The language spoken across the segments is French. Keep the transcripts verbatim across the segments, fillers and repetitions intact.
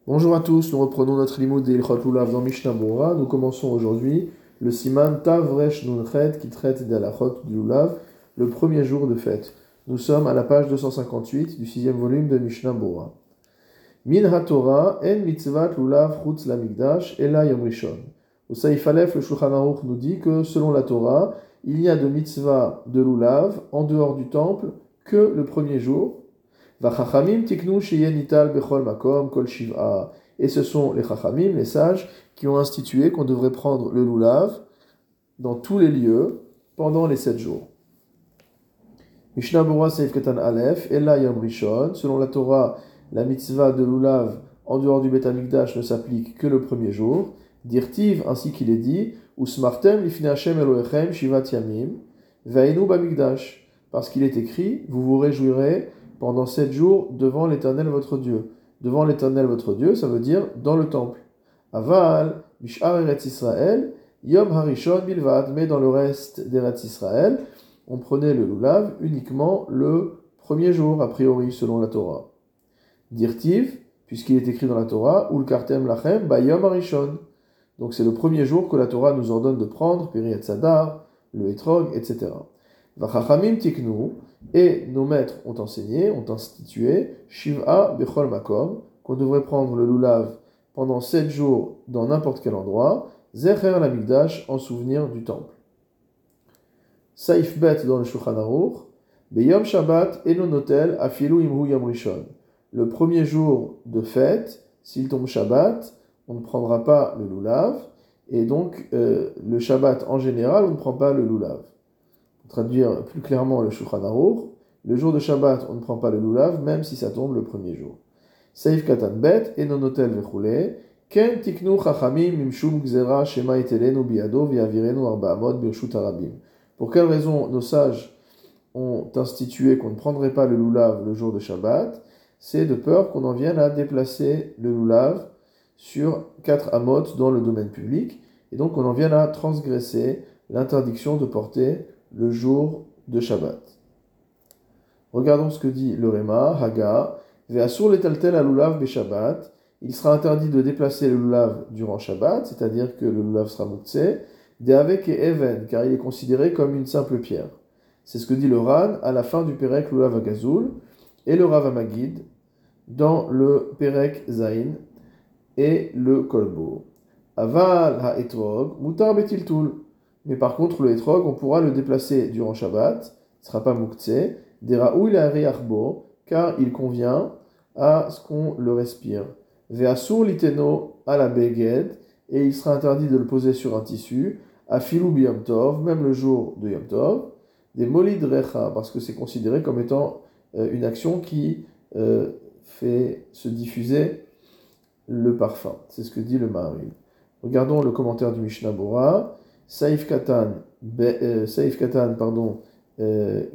Bonjour à tous, nous reprenons notre limoud de Ilchot Lulav dans Mishnah Bora. Nous commençons aujourd'hui le siman Tav Resh Nun Chet qui traite des halachot du Lulav, le premier jour de fête. Nous sommes à la page deux cent cinquante-huit du sixième volume de Mishnah Bora. Min HaTorah en mitzvat Lulav chutz lamikdash ela yom rishon. Au Saïf Aleph, le Shulchan Aruch nous dit que selon la Torah, il n'y a de mitzvah de Lulav en dehors du temple que le premier jour. Vachachamim tiknu sheyenital bechol makom kol shiv'a. Et ce sont les chachamim, les sages, qui ont institué qu'on devrait prendre le lulav dans tous les lieux pendant les sept jours. Mishnah Bora Seif Katan Aleph, Ella Yom Rishon. Selon la Torah, la mitzvah de lulav en dehors du Beth Amikdash ne s'applique que le premier jour. Dirtiv, ainsi qu'il est dit, Usmartem lifnei Hashem Elohechem shivat yamim, ve'einu b'Amikdash. Parce qu'il est écrit, vous vous réjouirez pendant sept jours devant l'Éternel votre Dieu. Devant l'Éternel votre Dieu, ça veut dire dans le temple. Aval, Mishar Eretz Israël, Yom Harishon Bilvad, mais dans le reste d'Eretz Israël, on prenait le lulav uniquement le premier jour, a priori, selon la Torah. Dirtiv, puisqu'il est écrit dans la Torah, Ul Kartem Lachem, Bayom Harishon. Donc c'est le premier jour que la Torah nous ordonne de prendre, Peri Sadar, le Etrog, et cetera. Vachachamim tiknu, et nos maîtres ont enseigné, ont institué, Shiv'a bechol makom, qu'on devrait prendre le lulav pendant sept jours dans n'importe quel endroit, Zecher l'amigdash, en souvenir du temple. Saif bet dans le Shulchan Aruch, Beyom Shabbat enon notel afilu imhu yom rishon. Le premier jour de fête, s'il tombe Shabbat, on ne prendra pas le lulav, et donc euh, le Shabbat en général, on ne prend pas le lulav. Pour traduire plus clairement le Shulchan Aruch, le jour de Shabbat, on ne prend pas le lulav, même si ça tombe le premier jour. Seif katan bet, enon notel vechule, ken tiknu chachamim mimshum gzera shema etelenu biado viavirenu arbaamot birshut harabim. Pour quelle raison nos sages ont institué qu'on ne prendrait pas le lulav le jour de Shabbat? C'est de peur qu'on en vienne à déplacer le lulav sur quatre amot dans le domaine public, et donc on en vienne à transgresser l'interdiction de porter le jour de Shabbat. Regardons ce que dit le Réma, Haga, Ve'asur letaltel alulav beShabbat. Il sera interdit de déplacer le lulav durant Shabbat, c'est-à-dire que le lulav sera mouktsé, de'avek et even, car il est considéré comme une simple pierre. C'est ce que dit le Ran à la fin du Perek Lulav Agazul et le Rav Magid dans le Perek Zain et le Kolbo. Aval ha'etrog mutar betiltul. Mais par contre, le etrog, on pourra le déplacer durant Shabbat, il ne sera pas mouktsé, deraoui la'ariachbo, car il convient à ce qu'on le respire. Ve'asur liteno ala beged, et il sera interdit de le poser sur un tissu, afilu biyom tov, même le jour de Yom Tov, des molid recha, parce que c'est considéré comme étant euh, une action qui euh, fait se diffuser le parfum. C'est ce que dit le Maharil. Regardons le commentaire du Mishnah Bora. Saif Katan, euh, Saif Katan, pardon, euh,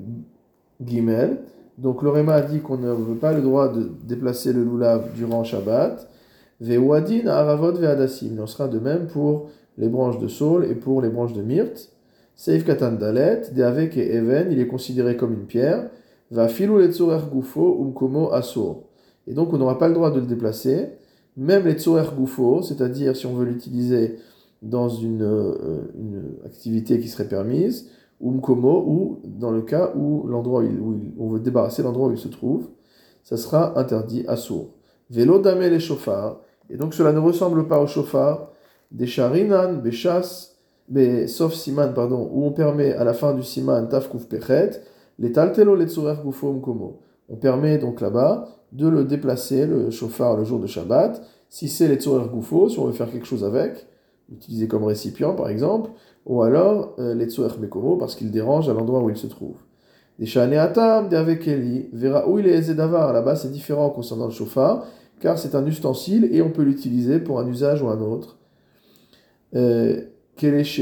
Gimel. Donc le Réma a dit qu'on ne veut pas le droit de déplacer le lulav durant Shabbat. Ve'wadin aravot ve'adassim. Il en sera de même pour les branches de saule et pour les branches de myrte. Saif Katan Dalet, de'avek et even, il est considéré comme une pierre. Va filou letzorer gufo umkomo asur. Et donc on n'aura pas le droit de le déplacer. Même les tzorer gufo, c'est-à-dire si on veut l'utiliser dans une, euh, une activité qui serait permise, ou mkomo, ou dans le cas où l'endroit où, il, où il, on veut débarrasser l'endroit où il se trouve, ça sera interdit à sourd. Vélo damé les chauffards, et donc cela ne ressemble pas au chauffard, des charinan, bechas, mais sauf siman, pardon, où on permet à la fin du siman tafkouf pechet, les taltelo les tsurer gufo mkomo. On permet donc là-bas de le déplacer, le chauffard, le jour de Shabbat, si c'est les tsurer gufo, si on veut faire quelque chose avec, utilisé comme récipient par exemple, ou alors euh, les tsuech mekomo parce qu'il dérange à l'endroit où il se trouve. Des shaneatam, des avekeli, vera où il est davar. Là-bas c'est différent concernant le chauffard, car c'est un ustensile et on peut l'utiliser pour un usage ou un autre. Kelish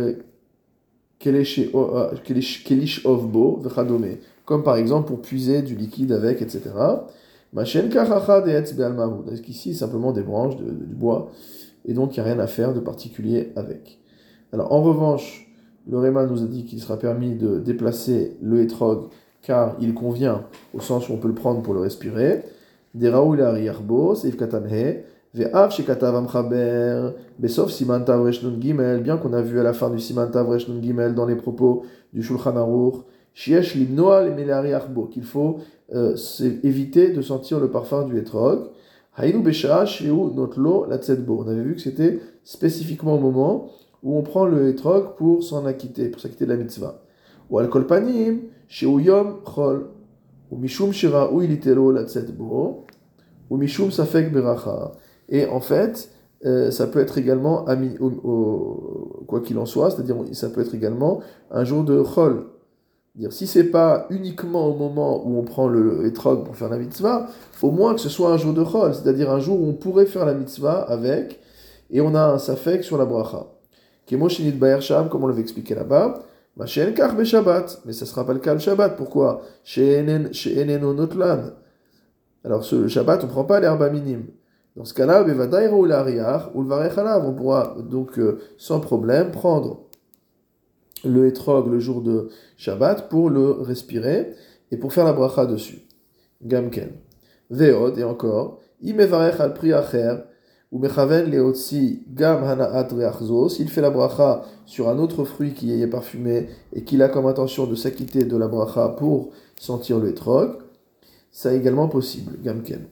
ovbo, vechadome, comme par exemple pour puiser du liquide avec, et cetera. Machen kachacha de etz be'almahu. Donc ici simplement des branches de, de, du bois. Et donc il n'y a rien à faire de particulier avec. Alors en revanche, le Réma nous a dit qu'il sera permis de déplacer le hétrog car il convient au sens où on peut le prendre pour le respirer. des Raoul Ariarbo, Seif Katanhe, Ve'av Shekatav Amchaber, Besof Siman Tavresh Nun Gimel, bien qu'on a vu à la fin du Siman Tavresh Nun Gimel dans les propos du Shulchan Aruch, Shiesh Limnoa le Melari Arbo, qu'il faut euh, éviter de sentir le parfum du Etrog. Haïnu Besha Sheu Notlo la Tzedbo. On avait vu que c'était spécifiquement au moment où on prend le Etrog pour s'en acquitter, pour s'acquitter de la mitzvah. Ou al kolpanim, sheu yom chol, ou mishum shira ou ilitelo la tzedbo, ou mishum safek beracha. Et en fait, euh, ça peut être également, au, au, quoi qu'il en soit, c'est-à-dire ça peut être également un jour de chol. Dire, si c'est pas uniquement au moment où on prend le etrog pour faire la mitzvah, au moins que ce soit un jour de chol, c'est-à-dire un jour où on pourrait faire la mitzvah avec, et on a un safek sur la bracha. Kemo shinit baer sham, comme on l'avait expliqué là-bas. Mais ça ne sera pas le cas le Shabbat. Pourquoi? Alors, ce, le Shabbat, on ne prend pas l'herbe minime. Dans ce cas-là, on pourra donc euh, sans problème prendre le etrog le jour de Shabbat pour le respirer et pour faire la bracha dessus. Gamken. Veod, et encore, imevarech al pri acher. Ou mechaven leotsi gam hanaat reachzo, s'il fait la bracha sur un autre fruit qui est parfumé et qu'il a comme intention de s'acquitter de la bracha pour sentir le etrog, ça est également possible. Gamken.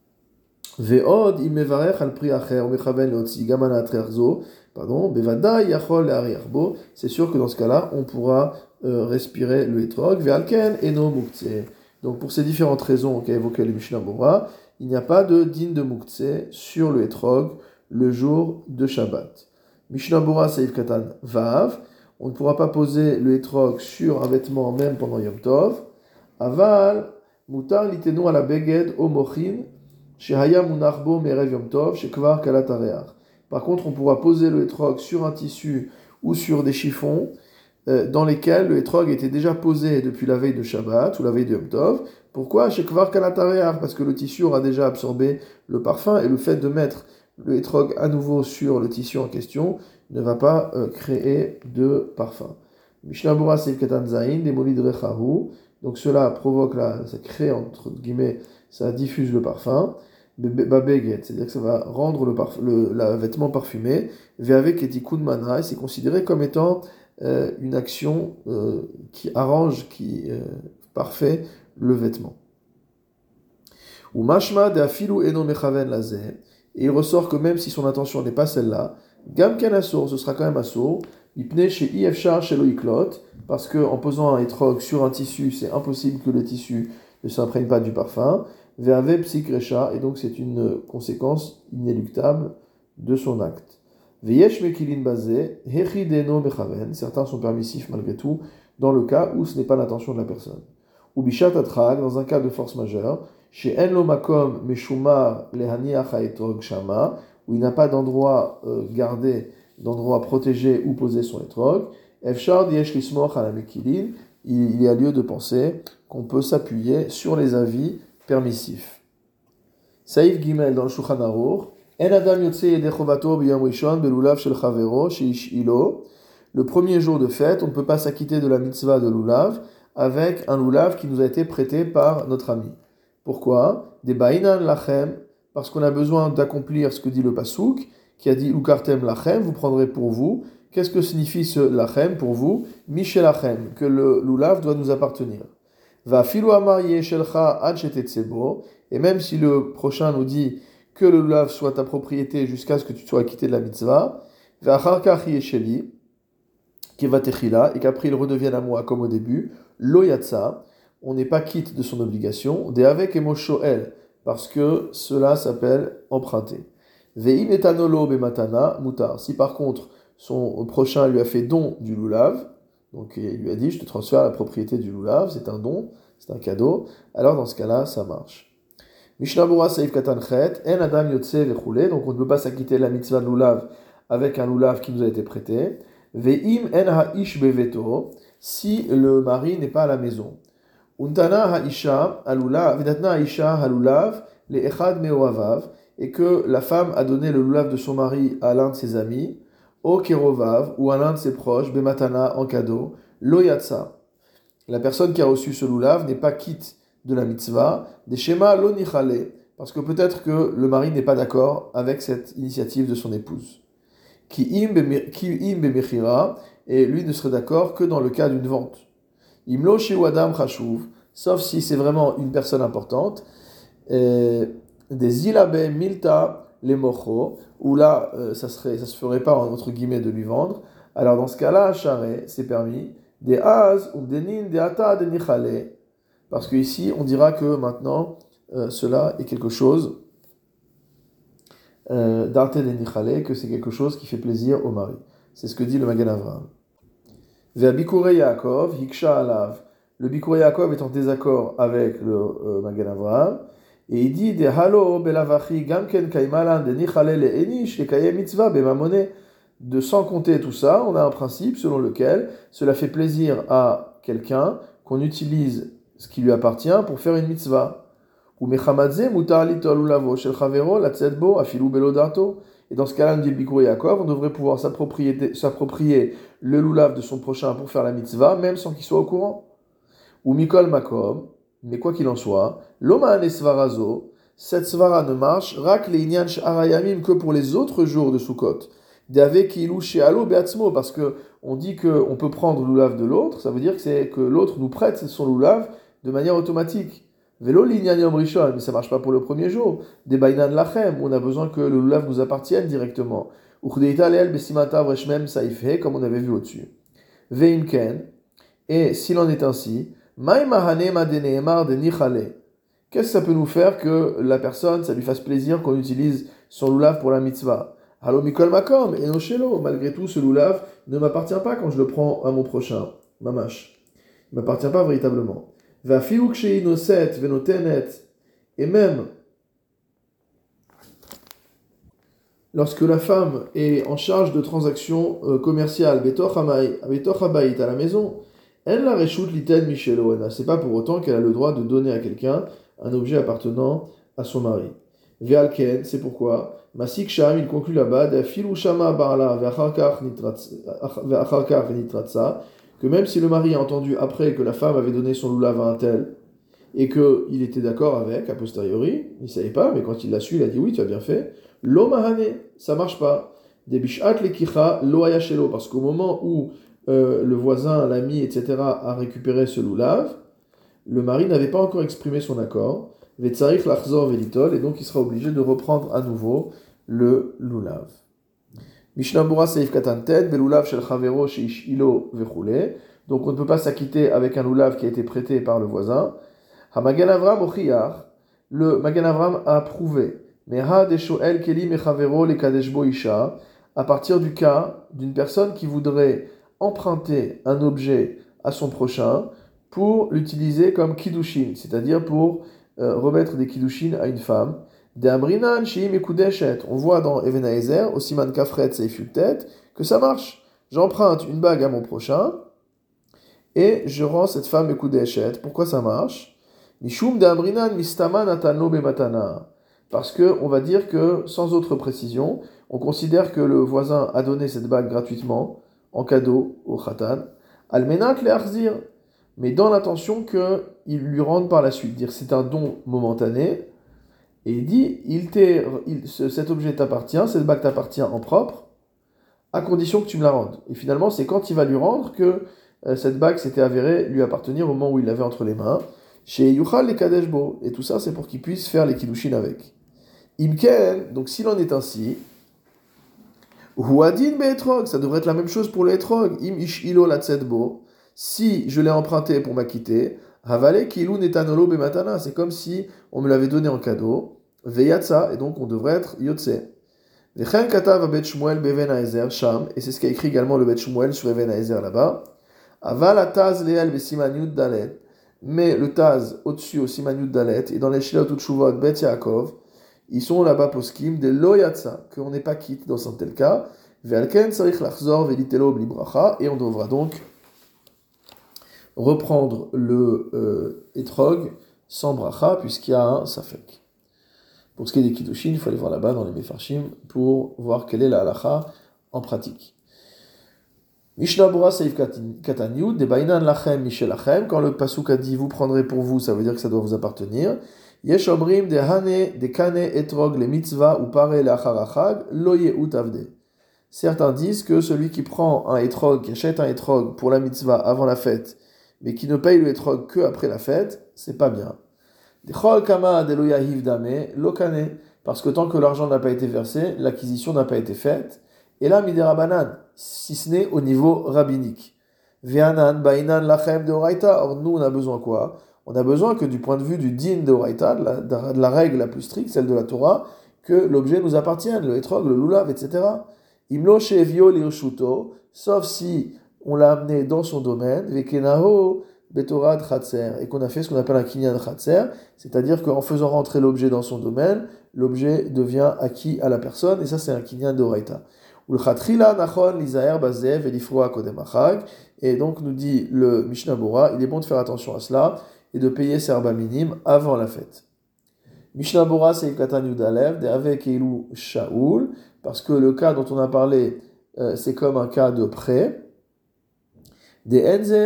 Ve'od im mevarech al pri acher ou mechaven leotsi gam hanaat reachzo, pardon, bevada yachol le'ariarbo, c'est sûr que dans ce cas-là, on pourra euh, respirer le etrog. Ve'alken eno muktzeh. Donc pour ces différentes raisons qu'a évoqué le Mishnah Bora, il n'y a pas de din de muktzeh sur le etrog le jour de Shabbat. Mishnah Bora Seif Katan Vav, on ne pourra pas poser le etrog sur un vêtement même pendant Yom Tov. Aval, mutar litenu ala beged o mochin, shehaya munachbo merev Yom Tov, shekvar kalat areach. Par contre, on pourra poser le etrog sur un tissu ou sur des chiffons dans lesquels le etrog était déjà posé depuis la veille de Shabbat ou la veille de Yom Tov. Pourquoi? Shekvar kalatareach, parce que le tissu aura déjà absorbé le parfum et le fait de mettre le etrog à nouveau sur le tissu en question ne va pas euh, créer de parfum. Mishnah Bora Seif Katan Zayin, Demolid Rechahu, donc cela provoque, la, ça crée entre guillemets, ça diffuse le parfum. Babeget, c'est-à-dire que ça va rendre le, parf- le la vêtement parfumé. Ve'avek etikun manai, c'est considéré comme étant Euh, une action euh, qui arrange, qui euh, parfait le vêtement. Ou mashma de afilu eno mechaven lazeh, et il ressort que même si son intention n'est pas celle-là, gam ken asur, ce sera quand même asur, ipne chez ifshar shelo iklot, parce que en posant un etrog sur un tissu, c'est impossible que le tissu ne s'imprègne pas du parfum. Ve'ave psik recha, et donc c'est une conséquence inéluctable de son acte. Certains sont permissifs malgré tout, dans le cas où ce n'est pas l'intention de la personne. Ou bishat atrag, dans un cas de force majeure, chez enlo makom meshumar lehaniach haetrog shama, où il n'a pas d'endroit euh, gardé, d'endroit protégé où poser son etrog, efshar diesh lismoch ala mekilin, il y a lieu de penser qu'on peut s'appuyer sur les avis permissifs. Saïf Gimel dans le Shulchan Aruch. Le premier jour de fête, on ne peut pas s'acquitter de la mitzvah de lulav avec un lulav qui nous a été prêté par notre ami. Pourquoi? Des ba'inan lachem, parce qu'on a besoin d'accomplir ce que dit le pasouk, qui a dit ukartem lachem, vous prendrez pour vous. Qu'est-ce que signifie ce lachem pour vous? Michel lachem, que le lulav doit nous appartenir. Va filu amar yeshelcha ad shetetzebo, et même si le prochain nous dit que le lulav soit ta propriété jusqu'à ce que tu sois acquitté de la mitzvah, et qu'après il redevienne à moi comme au début, lo yatsa, on n'est pas quitte de son obligation, de avec emo shoel, parce que cela s'appelle emprunter. Ve'im etanolo bematana mutar. Si par contre son prochain lui a fait don du lulav, donc il lui a dit je te transfère la propriété du lulav, c'est un don, c'est un cadeau, alors dans ce cas-là ça marche. Mishnah Bora Seif Katan Chet, En Adam Yotse Vechule, donc on ne peut pas s'acquitter de la mitzvah de lulav avec un lulav qui nous a été prêté. Ve'im En Ha'ish Beveto, si le mari n'est pas à la maison. Untana Ha'isha Halulav, Vedatna Ha'isha Halulav, le Echad Meoavav, et que la femme a donné le lulav de son mari à l'un de ses amis, au Kerovav, ou à l'un de ses proches, Bematana en cadeau, Lo Yatsa. La personne qui a reçu ce lulav n'est pas quitte de la mitzvah, des schémas lo nichale, parce que peut-être que le mari n'est pas d'accord avec cette initiative de son épouse. Ki im bemechira, et lui ne serait d'accord que dans le cas d'une vente. Imlo chez Wadam Chashuv, sauf si c'est vraiment une personne importante, et des ilabe milta les mocho, où là, euh, ça serait, ça se ferait pas, entre guillemets, de lui vendre. Alors dans ce cas-là, charé, c'est permis, des az, ou des nin, des ata, des nichale, parce qu'ici, on dira que maintenant, euh, cela est quelque chose euh, d'arte des nichale, que c'est quelque chose qui fait plaisir au mari. C'est ce que dit le Magen Avraham. Ve'abikure Yaakov, hiksha alav. Le Bikure Yaakov est en désaccord avec le euh, Magen Avraham, et il dit de halo belavachi gamken kaimalan de nichale le enish et kaye mitzvah bemamone. De sans compter tout ça, on a un principe selon lequel cela fait plaisir à quelqu'un qu'on utilise ce qui lui appartient pour faire une mitzvah. Ou mechamadze mutar litol ulavo shel chavero la tzedbo afilu belodato. Et dans ce cas-là, nous dit le Bikure Yaakov, on devrait pouvoir s'approprier, s'approprier le lulav de son prochain pour faire la mitzvah, même sans qu'il soit au courant. Ou mikol makom, mais quoi qu'il en soit, l'oma ane svarazo, cette svara ne marche, rak le inyan arayamim, que pour les autres jours de Sukkot. D'ave kilu shealo beatzmo, parce que on dit qu'on peut prendre le lulav de l'autre, ça veut dire que c'est que l'autre nous prête son lulav de manière automatique. Vélo l'inyan yom rishon, mais ça marche pas pour le premier jour. Des bainan lachem, on a besoin que le lulav nous appartienne directement. Uchdeita leel besimata vreshmem saifhe, comme on avait vu au-dessus. Veinken, et s'il en est ainsi, Maï mahane madeneemar de nichale. Qu'est-ce que ça peut nous faire que la personne, ça lui fasse plaisir qu'on utilise son lulav pour la mitzvah? Halo mikol makom, et no shelo. Malgré tout, ce lulav ne m'appartient pas quand je le prends à mon prochain. Mamash. Il ne m'appartient pas véritablement. Va fiuk shei noset venotenet. Et même, lorsque la femme est en charge de transactions euh, commerciales, betoch habayit, à la maison, elle la reshout liten michelo. C'est pas pour autant qu'elle a le droit de donner à quelqu'un un objet appartenant à son mari. Ve'alken, c'est pourquoi Masik Sham, il conclut là-bas, d'Afilu Shama Barla ve'acharkach nitratsa, que même si le mari a entendu après que la femme avait donné son lulav à un tel, et qu'il était d'accord avec, a posteriori, il ne savait pas, mais quand il l'a su, il a dit oui, tu as bien fait. Lo mahane, ça marche pas. Des bishat lekicha lo ayashelo, parce qu'au moment où euh, le voisin, l'ami, et cetera a récupéré ce lulav, le mari n'avait pas encore exprimé son accord. Vetzarich lachzor velitol, et donc il sera obligé de reprendre à nouveau le lulav. Mishnah Bura Seif Katan Ted, belulav shel chavero sheish ilo vechule. Donc on ne peut pas s'acquitter avec un lulav qui a été prêté par le voisin. Hamagen Avram ochiyach, le Magen Avram a prouvé. Meha de shoel keli mechavero le kadeshbo isha, à partir du cas d'une personne qui voudrait emprunter un objet à son prochain pour l'utiliser comme kiddushin, c'est-à-dire pour euh, remettre des kiddushin à une femme. D'amrinan sheim ekudeshet. On voit dans Even Haezer, au Siman Kafret Seifultet, que ça marche. J'emprunte une bague à mon prochain et je rends cette femme ekudeshet. Pourquoi ça marche? Mishum d'amrinan mistama natano bematana. Parce que on va dire que sans autre précision, on considère que le voisin a donné cette bague gratuitement en cadeau au khatan. Almenat le arzir, mais dans l'intention qu'il lui rende par la suite. Dire c'est un don momentané. Et il dit, il il, ce, cet objet t'appartient, cette bague t'appartient en propre, à condition que tu me la rendes. Et finalement, c'est quand il va lui rendre que euh, cette bague s'était avérée lui appartenir au moment où il l'avait entre les mains. Chez Yuchal les Kadeshbo. Et tout ça, c'est pour qu'il puisse faire les kiddushin avec. Imken, donc s'il en est ainsi, Huadin be'etrog, ça devrait être la même chose pour le etrog. Im ish ilo la tzedbo, si je l'ai emprunté pour m'acquitter, Havale kilu netanolo bematana, c'est comme si on me l'avait donné en cadeau. Veyatsa, et donc on devrait être yotse. Vechen katav bet Shmuel beven haezer sham, et c'est ce qu'a écrit également le bet Shmuel sur Even Haezer là-bas. Aval ataz leal besiman yud dalet, mais le taz au-dessus au siman yud dalet, et dans les shilot utshuvot bet Yaakov, ils sont là-bas poskim de lo yatsa, qu'on n'est pas quitte dans un tel cas. Ve'alken sarich lachzor velitelo bli bracha, et on devra donc reprendre le euh, etrog sans bracha, puisqu'il y a un safek. Pour ce qui est des kiddushin, il faut aller voir là-bas dans les mefarshim pour voir quelle est la halacha en pratique. Mishnah Bura Seif Katan Yud, de Bainan Lachem Michelachem, quand le pasuk a dit vous prendrez pour vous, ça veut dire que ça doit vous appartenir. Yesh omrim de hane de kane etrog le mitzvah ou pare leachar hachag lo yeut avde. Certains disent que celui qui prend un etrog, qui achète un etrog pour la mitzvah avant la fête, mais qui ne paye le etrog que après la fête, c'est pas bien. Dechol kama de lo yahiv dame lo kane. Parce que tant que l'argent n'a pas été versé, l'acquisition n'a pas été faite. Et là, midera banan, si ce n'est au niveau rabbinique. Ve'anan ba'inan lachem de oraita. Or, nous, on a besoin quoi? On a besoin que du point de vue du din de oraita, de la, de la règle la plus stricte, celle de la Torah, que l'objet nous appartienne, le etrog, le lulav, et cetera. Imlo she'evio lirshuto, sauf si on l'a amené dans son domaine, ve'kenaho betorad chatzer, et qu'on a fait ce qu'on appelle un kinyan chatzer, c'est-à-dire qu'en faisant rentrer l'objet dans son domaine, l'objet devient acquis à la personne, et ça c'est un kinyan de oraita. Et donc nous dit le Mishnah Bora, il est bon de faire attention à cela et de payer ses arba minimes avant la fête. Mishnah Bora c'est Katan Yudalev, de Avec Elou Shaoul, parce que le cas dont on a parlé, euh, c'est comme un cas de prêt. De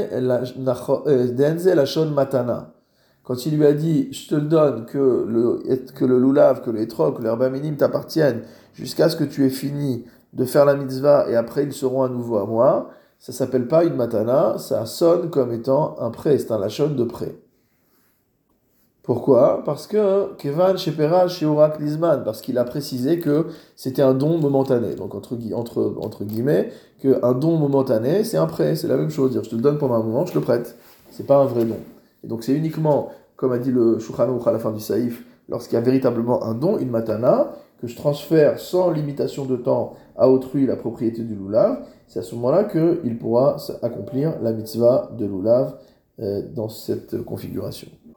Enze Lachon Matana. Quand il lui a dit, je te le donne, que le, que le lulav, que le etrog, que l'herba minime t'appartiennent, jusqu'à ce que tu aies fini de faire la mitzvah, et après ils seront à nouveau à moi, ça s'appelle pas une matana, ça sonne comme étant un prêt, c'est un lachon de prêt. Pourquoi? Parce que Kevan Shepera Sheorak Lizman, parce qu'il a précisé que c'était un don momentané. Donc entre, entre, entre guillemets, qu'un don momentané, c'est un prêt, c'est la même chose. Dire, je te le donne pendant un moment, je te le prête. C'est pas un vrai don. Et donc c'est uniquement, comme a dit le Shulchan Aruch à la fin du Saïf, lorsqu'il y a véritablement un don, une matana, que je transfère sans limitation de temps à autrui la propriété du lulav, c'est à ce moment-là qu'il pourra accomplir la mitzvah de lulav euh, dans cette configuration.